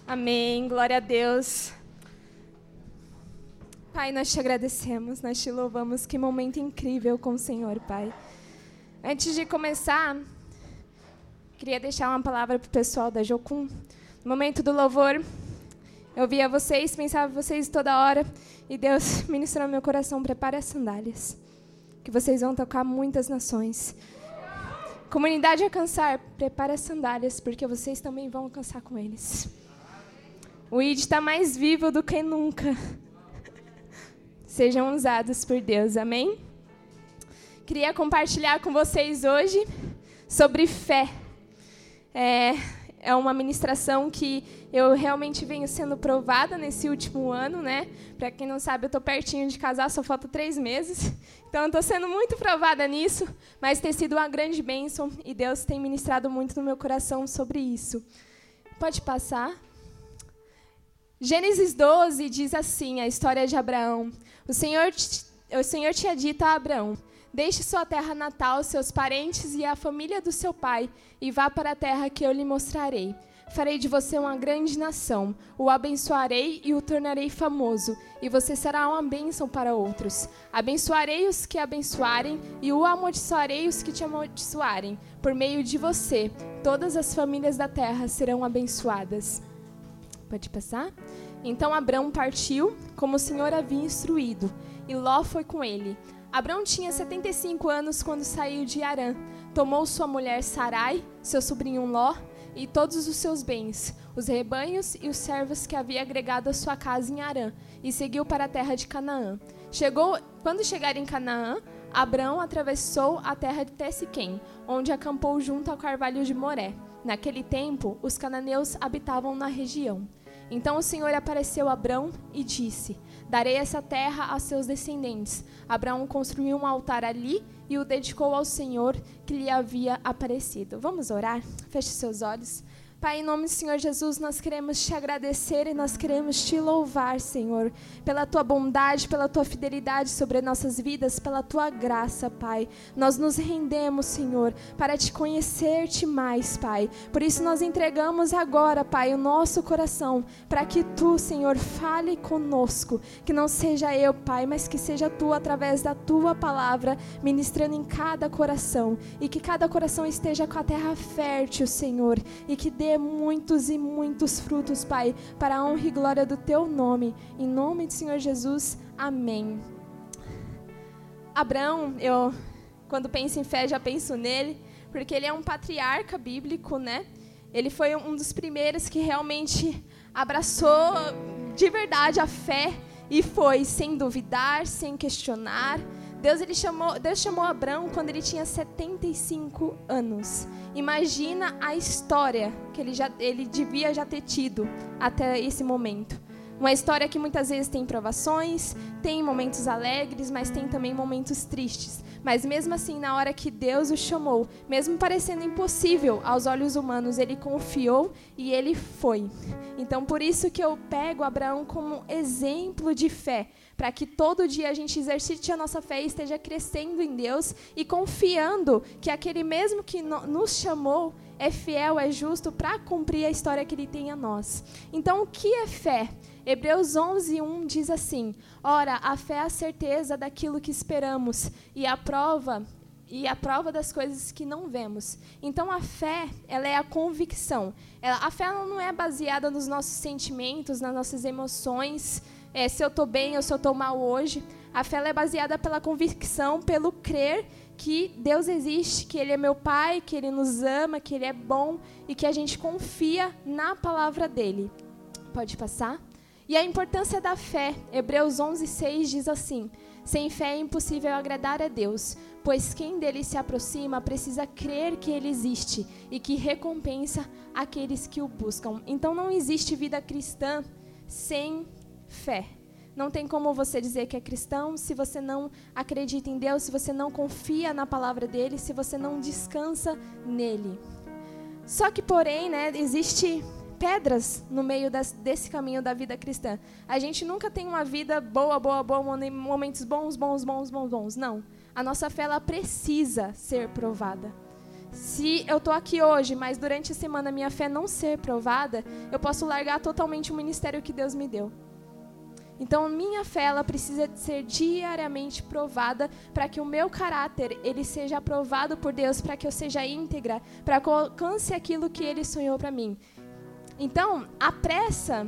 Amém, glória a Deus. Pai, nós te agradecemos, nós te louvamos, que momento incrível com o Senhor, Pai. Antes de começar, queria deixar uma palavra para o pessoal da Jocum. No momento do louvor, eu via vocês, pensava em vocês toda hora, e Deus ministrou no meu coração: prepare as sandálias, que vocês vão tocar muitas nações. Comunidade Alcançar, prepare as sandálias, porque vocês também vão alcançar com eles. O ID está mais vivo do que nunca. Sejam usados por Deus, amém? Queria compartilhar com vocês hoje sobre fé. É uma ministração que eu realmente venho sendo provada nesse último ano, né? Para quem não sabe, eu estou pertinho de casar, só falta 3 meses. Então, eu estou sendo muito provada nisso, mas tem sido uma grande bênção e Deus tem ministrado muito no meu coração sobre isso. Pode passar. Gênesis 12 diz assim, a história de Abraão. O Senhor tinha dito a Abraão: deixe sua terra natal, seus parentes e a família do seu pai, e vá para a terra que eu lhe mostrarei. Farei de você uma grande nação, o abençoarei e o tornarei famoso, e você será uma bênção para outros. Abençoarei os que abençoarem, e o amaldiçoarei os que te amaldiçoarem. Por meio de você, todas as famílias da terra serão abençoadas. Pode passar? Então Abrão partiu, como o Senhor havia instruído, e Ló foi com ele. Abrão tinha 75 anos quando saiu de Harã. Tomou sua mulher Sarai, seu sobrinho Ló, e todos os seus bens, os rebanhos e os servos que havia agregado à sua casa em Harã, e seguiu para a terra de Canaã. Quando chegaram em Canaã, Abrão atravessou a terra de Tesiquém, onde acampou junto ao carvalho de Moré. Naquele tempo, os cananeus habitavam na região. Então o Senhor apareceu a Abrão e disse: darei essa terra a seus descendentes. Abraão construiu um altar ali e o dedicou ao Senhor que lhe havia aparecido. Vamos orar? Feche seus olhos. Pai, em nome do Senhor Jesus, nós queremos te agradecer e nós queremos te louvar, Senhor, pela tua bondade, pela tua fidelidade sobre nossas vidas, pela tua graça, Pai. Nós nos rendemos, Senhor, para te conhecer-te mais, Pai. Por isso nós entregamos agora, Pai, o nosso coração, para que tu, Senhor, fale conosco. Que não seja eu, Pai, mas que seja tu, através da tua palavra, ministrando em cada coração. E que cada coração esteja com a terra fértil, Senhor, e que dê muitos e muitos frutos, Pai, para a honra e glória do teu nome. Em nome do Senhor Jesus, amém. Abraão, eu quando penso em fé já penso nele, porque ele é um patriarca bíblico, né? Ele foi um dos primeiros que realmente abraçou de verdade a fé e foi sem duvidar, sem questionar. Deus chamou Abrão quando ele tinha 75 anos. Imagina a história que ele devia já ter tido até esse momento. Uma história que muitas vezes tem provações, tem momentos alegres, mas tem também momentos tristes. Mas mesmo assim, na hora que Deus o chamou, mesmo parecendo impossível aos olhos humanos, ele confiou e ele foi. Então, por isso que eu pego Abraão como exemplo de fé, para que todo dia a gente exercite a nossa fé e esteja crescendo em Deus e confiando que aquele mesmo que nos chamou é fiel, é justo para cumprir a história que ele tem a nós. Então, o que é fé? Hebreus 11:1 diz assim: ora, a fé é a certeza daquilo que esperamos e a prova das coisas que não vemos. Então, a fé, ela é a convicção. A fé não é baseada nos nossos sentimentos, nas nossas emoções, se eu estou bem ou se eu estou mal hoje. A fé ela é baseada pela convicção, pelo crer que Deus existe, que Ele é meu Pai, que Ele nos ama, que Ele é bom e que a gente confia na palavra dEle. Pode passar? E a importância da fé, Hebreus 11:6 diz assim: sem fé é impossível agradar a Deus, pois quem dele se aproxima precisa crer que Ele existe e que recompensa aqueles que o buscam. Então não existe vida cristã sem fé. Não tem como você dizer que é cristão se você não acredita em Deus, se você não confia na palavra dEle, se você não descansa nele. Só que, porém, né, existe pedras no meio desse caminho da vida cristã. A gente nunca tem uma vida boa, momentos bons. Não. A nossa fé ela precisa ser provada. Se eu estou aqui hoje, mas durante a semana minha fé não ser provada, eu posso largar totalmente o ministério que Deus me deu. Então, minha fé, ela precisa ser diariamente provada para que o meu caráter, ele seja aprovado por Deus, para que eu seja íntegra, para que eu alcance aquilo que Ele sonhou para mim. Então, a pressa,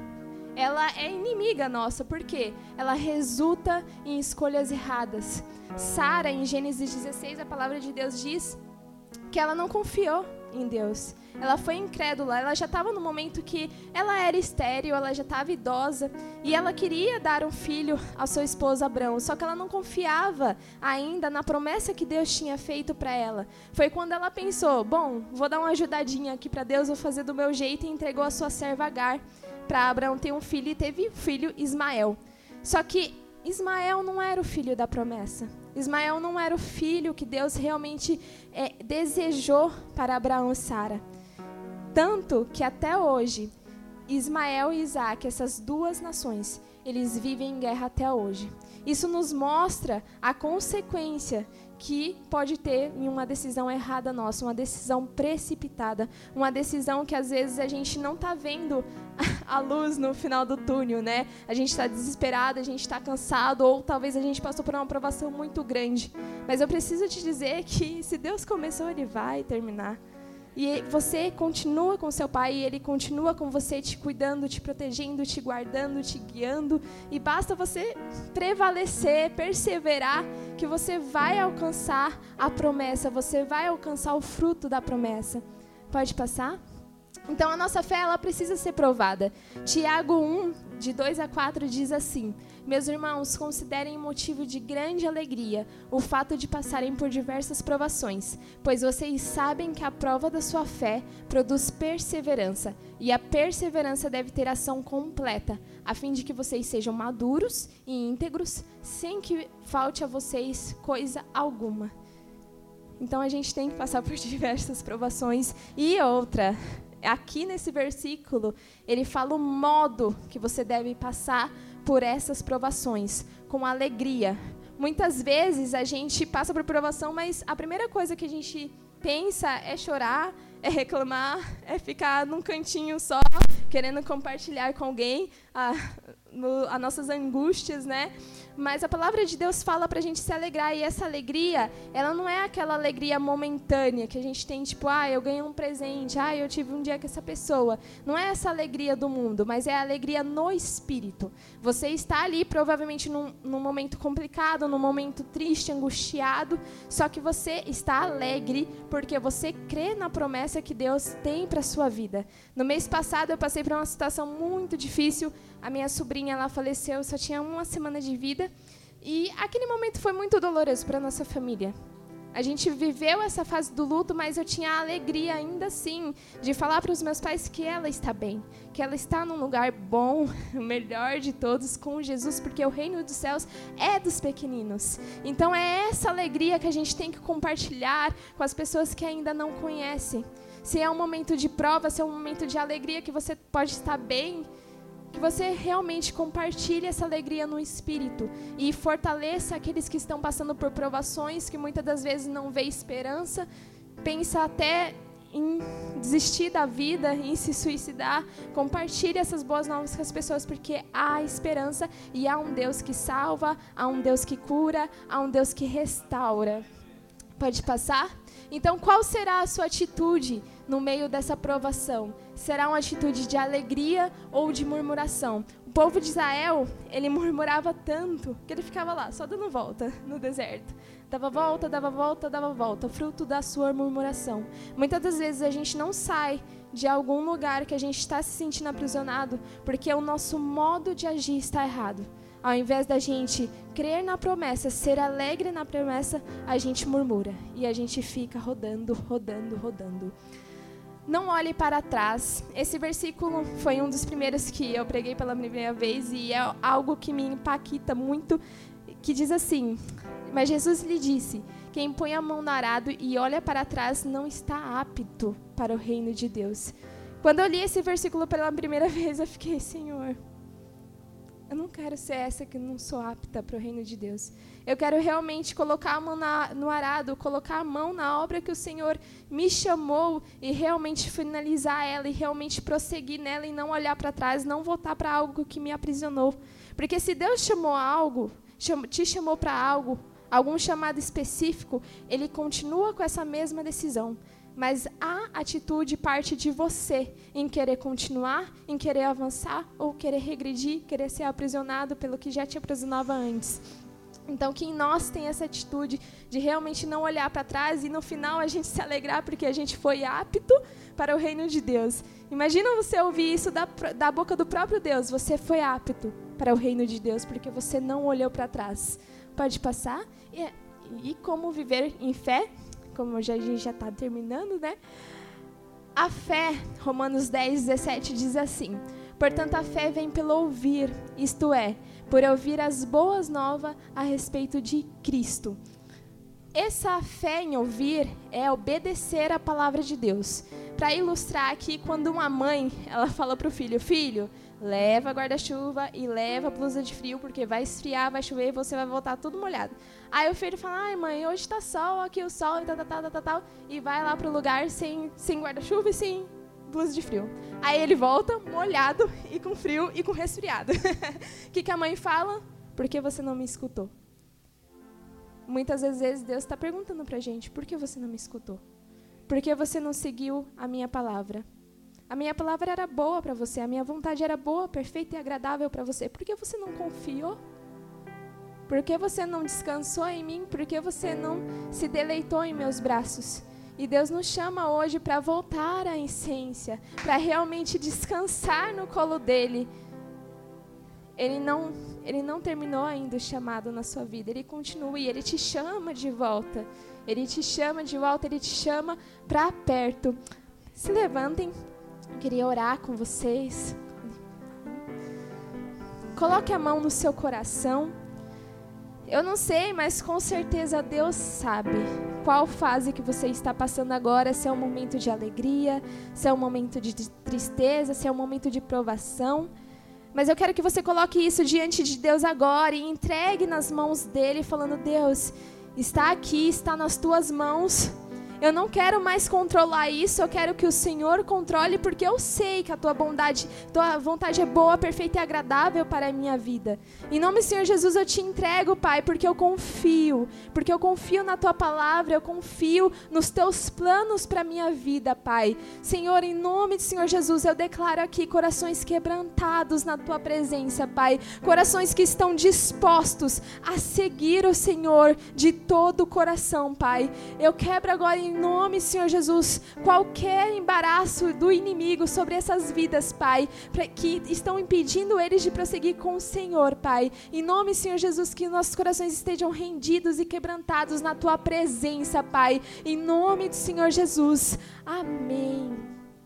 ela é inimiga nossa, porque ela resulta em escolhas erradas. Sara, em Gênesis 16, a palavra de Deus diz que ela não confiou em Deus. Ela foi incrédula, ela já estava no momento que ela era estéril, ela já estava idosa, e ela queria dar um filho ao seu esposo Abrão, só que ela não confiava ainda na promessa que Deus tinha feito para ela. Foi quando ela pensou, bom, vou dar uma ajudadinha aqui para Deus, vou fazer do meu jeito, e entregou a sua serva Agar para Abrão ter um filho, e teve o filho Ismael. Só que Ismael não era o filho da promessa. Ismael não era o filho que Deus realmente desejou para Abraão e Sara. Tanto que até hoje, Ismael e Isaac, essas duas nações, eles vivem em guerra até hoje. Isso nos mostra a consequência que pode ter em uma decisão errada nossa, uma decisão precipitada, uma decisão que às vezes a gente não está vendo a luz no final do túnel, né? A gente está desesperado, a gente está cansado, ou talvez a gente passou por uma provação muito grande. Mas eu preciso te dizer que se Deus começou, Ele vai terminar. E você continua com seu Pai, e Ele continua com você, te cuidando, te protegendo, te guardando, te guiando. E basta você prevalecer, perseverar, que você vai alcançar a promessa, você vai alcançar o fruto da promessa. Pode passar? Então, a nossa fé, ela precisa ser provada. Tiago 1, de 2 a 4, diz assim: meus irmãos, considerem motivo de grande alegria o fato de passarem por diversas provações, pois vocês sabem que a prova da sua fé produz perseverança, e a perseverança deve ter ação completa, a fim de que vocês sejam maduros e íntegros, sem que falte a vocês coisa alguma. Então, a gente tem que passar por diversas provações. E outra, aqui nesse versículo, ele fala o modo que você deve passar por essas provações, com alegria. Muitas vezes a gente passa por provação, mas a primeira coisa que a gente pensa é chorar, é reclamar, é ficar num cantinho só, querendo compartilhar com alguém as nossas angústias, né? Mas a palavra de Deus fala pra gente se alegrar, e essa alegria, ela não é aquela alegria momentânea que a gente tem, tipo, eu ganhei um presente, eu tive um dia com essa pessoa. Não é essa alegria do mundo, mas é a alegria no espírito. Você está ali, provavelmente, num momento complicado, num momento triste, angustiado, só que você está alegre porque você crê na promessa que Deus tem pra sua vida. No mês passado, eu passei por uma situação muito difícil. A minha sobrinha, ela faleceu, só tinha 1 semana de vida. E aquele momento foi muito doloroso para a nossa família. A gente viveu essa fase do luto, mas eu tinha a alegria ainda assim de falar para os meus pais que ela está bem, que ela está num lugar bom, o melhor de todos, com Jesus, porque o reino dos céus é dos pequeninos. Então é essa alegria que a gente tem que compartilhar com as pessoas que ainda não conhecem. Se é um momento de prova, se é um momento de alegria que você pode estar bem, que você realmente compartilhe essa alegria no espírito e fortaleça aqueles que estão passando por provações, que muitas das vezes não vê esperança, pensa até em desistir da vida, em se suicidar. Compartilhe essas boas novas com as pessoas, porque há esperança e há um Deus que salva, há um Deus que cura, há um Deus que restaura. Pode passar? Então, qual será a sua atitude no meio dessa provação? Será uma atitude de alegria ou de murmuração? O povo de Israel, ele murmurava tanto que ele ficava lá, só dando volta no deserto. Dava volta, dava volta, dava volta, fruto da sua murmuração. Muitas das vezes a gente não sai de algum lugar que a gente está se sentindo aprisionado porque o nosso modo de agir está errado. Ao invés da gente crer na promessa, ser alegre na promessa, a gente murmura. E a gente fica rodando, rodando, rodando. Não olhe para trás. Esse versículo foi um dos primeiros que eu preguei pela primeira vez e é algo que me impacta muito, que diz assim: mas Jesus lhe disse, quem põe a mão no arado e olha para trás não está apto para o reino de Deus. Quando eu li esse versículo pela primeira vez, eu fiquei, Senhor, Eu não quero ser essa que não sou apta para o reino de Deus. Eu quero realmente colocar a mão no arado, colocar a mão na obra que o Senhor me chamou e realmente finalizar ela e realmente prosseguir nela e não olhar para trás, não voltar para algo que me aprisionou. Porque se Deus chamou algo, te chamou para algo, algum chamado específico, Ele continua com essa mesma decisão. Mas a atitude parte de você em querer continuar, em querer avançar ou querer regredir, querer ser aprisionado pelo que já te aprisionava antes. Então, que em nós tem essa atitude de realmente não olhar para trás e no final a gente se alegrar porque a gente foi apto para o reino de Deus. Imagina você ouvir isso da boca do próprio Deus. Você foi apto para o reino de Deus porque você não olhou para trás. Pode passar. E como viver em fé? Como a gente já está terminando, né? A fé, Romanos 10:17 diz assim: portanto, a fé vem pelo ouvir, isto é, por ouvir as boas novas a respeito de Cristo. Essa fé em ouvir é obedecer a palavra de Deus. Para ilustrar aqui, quando uma mãe, ela fala para o filho, filho, leva guarda-chuva e leva blusa de frio, porque vai esfriar, vai chover e você vai voltar tudo molhado. Aí o filho fala, ai mãe, hoje tá sol, aqui o sol e tal, e vai lá pro lugar sem guarda-chuva e sem blusa de frio. Aí ele volta molhado e com frio e com resfriado. O que a mãe fala? Por que você não me escutou? Muitas vezes Deus está perguntando pra gente, por que você não me escutou? Por que você não seguiu a minha palavra? A minha palavra era boa para você, a minha vontade era boa, perfeita e agradável para você. Por que você não confiou? Por que você não descansou em mim? Por que você não se deleitou em meus braços? E Deus nos chama hoje para voltar à essência, para realmente descansar no colo dEle. Ele não terminou ainda o chamado na sua vida, Ele continua e Ele te chama de volta. Ele te chama de volta, Ele te chama para perto. Se levantem, eu queria orar com vocês. Coloque a mão no seu coração. Eu não sei, mas com certeza Deus sabe qual fase que você está passando agora, se é um momento de alegria, se é um momento de tristeza, se é um momento de provação. Mas eu quero que você coloque isso diante de Deus agora e entregue nas mãos dEle, falando, Deus, está aqui, está nas tuas mãos. Eu não quero mais controlar isso, eu quero que o Senhor controle, porque eu sei que a tua vontade é boa, perfeita e agradável para a minha vida. Em nome do Senhor Jesus eu te entrego, Pai, porque eu confio na tua palavra, eu confio nos teus planos para a minha vida, Pai. Senhor, em nome do Senhor Jesus, eu declaro aqui corações quebrantados na tua presença, Pai. Corações que estão dispostos a seguir o Senhor de todo o coração, Pai. Eu quebro agora em nome, Senhor Jesus, qualquer embaraço do inimigo sobre essas vidas, Pai, que estão impedindo eles de prosseguir com o Senhor, Pai. Em nome, Senhor Jesus, que nossos corações estejam rendidos e quebrantados na Tua presença, Pai. Em nome do Senhor Jesus. Amém.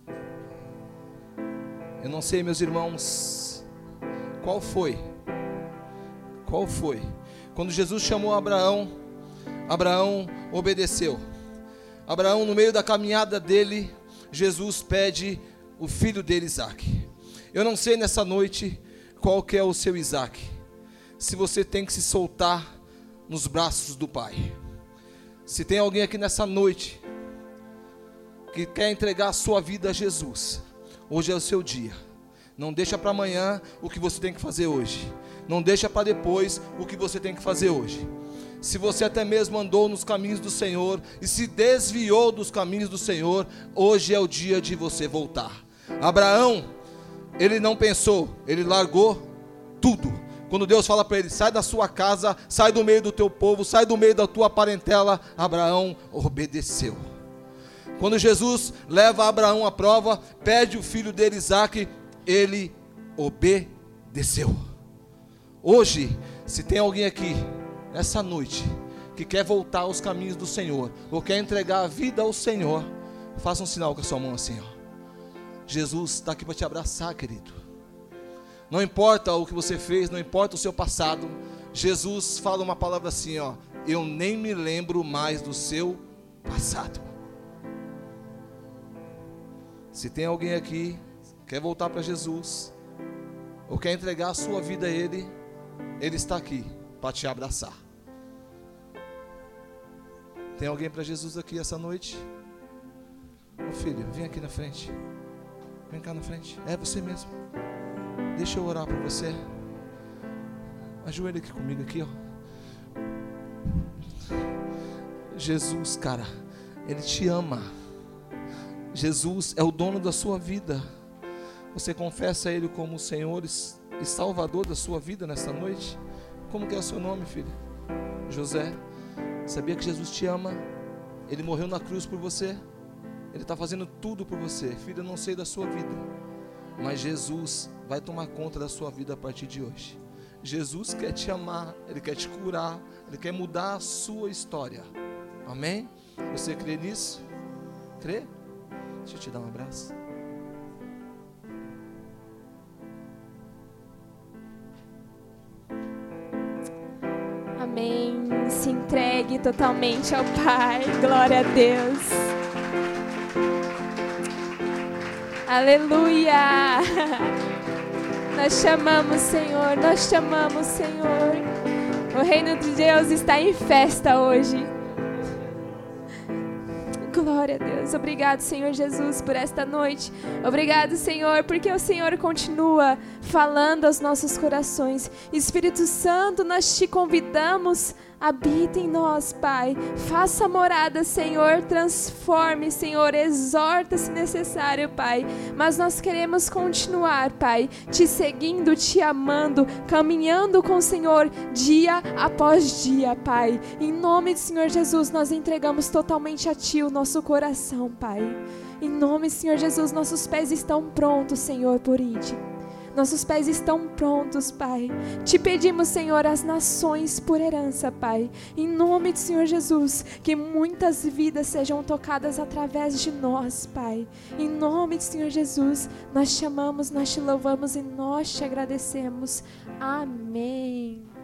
Eu não sei, meus irmãos, qual foi? Quando Jesus chamou Abraão, Abraão obedeceu. Abraão, no meio da caminhada dele, Jesus pede o filho dele, Isaque. Eu não sei nessa noite qual que é o seu Isaque. Se você tem que se soltar nos braços do Pai. Se tem alguém aqui nessa noite que quer entregar a sua vida a Jesus, hoje é o seu dia. Não deixa para amanhã o que você tem que fazer hoje. Não deixa para depois o que você tem que fazer hoje. Se você até mesmo andou nos caminhos do Senhor e se desviou dos caminhos do Senhor, hoje é o dia de você voltar. Abraão, ele não pensou, ele largou tudo. Quando Deus fala para ele, sai da sua casa, sai do meio do teu povo, sai do meio da tua parentela, Abraão obedeceu. Quando Jesus leva Abraão à prova, pede o filho dele, Isaque, ele obedeceu. Hoje, se tem alguém aqui nessa noite que quer voltar aos caminhos do Senhor, ou quer entregar a vida ao Senhor, faça um sinal com a sua mão assim, ó. Jesus está aqui para te abraçar, querido. Não importa o que você fez, não importa o seu passado, Jesus fala uma palavra assim, ó: eu nem me lembro mais do seu passado. Se tem alguém aqui que quer voltar para Jesus, ou quer entregar a sua vida a Ele, Ele está aqui para te abraçar. Tem alguém para Jesus aqui essa noite? Ô filho, vem aqui na frente. Vem cá na frente. É você mesmo. Deixa eu orar por você. Ajoelha aqui comigo aqui, ó. Jesus, cara, Ele te ama. Jesus é o dono da sua vida. Você confessa Ele como o Senhor e Salvador da sua vida nesta noite? Como que é o seu nome, filho? José. Sabia que Jesus te ama? Ele morreu na cruz por você. Ele está fazendo tudo por você. Filho, eu não sei da sua vida, mas Jesus vai tomar conta da sua vida a partir de hoje. Jesus quer te amar, Ele quer te curar, Ele quer mudar a sua história. Amém? Você crê nisso? Crê? Deixa eu te dar um abraço. Amém. Se entregue totalmente ao Pai. Glória a Deus. Aleluia. Nós chamamos, Senhor. Nós chamamos, Senhor. O reino de Deus está em festa hoje. Glória a Deus. Obrigado, Senhor Jesus, por esta noite. Obrigado, Senhor, porque o Senhor continua falando aos nossos corações. Espírito Santo, nós te convidamos, habita em nós, Pai. Faça morada, Senhor. Transforme, Senhor. Exorta se necessário, Pai. Mas nós queremos continuar, Pai, te seguindo, te amando, caminhando com o Senhor dia após dia, Pai. Em nome do Senhor Jesus, nós entregamos totalmente a Ti o nosso coração, Pai. Em nome do Senhor Jesus, nossos pés estão prontos, Senhor, por ir. Nossos pés estão prontos, Pai. Te pedimos, Senhor, as nações por herança, Pai. Em nome do Senhor Jesus, que muitas vidas sejam tocadas através de nós, Pai. Em nome do Senhor Jesus, nós chamamos, nós te louvamos e nós te agradecemos. Amém.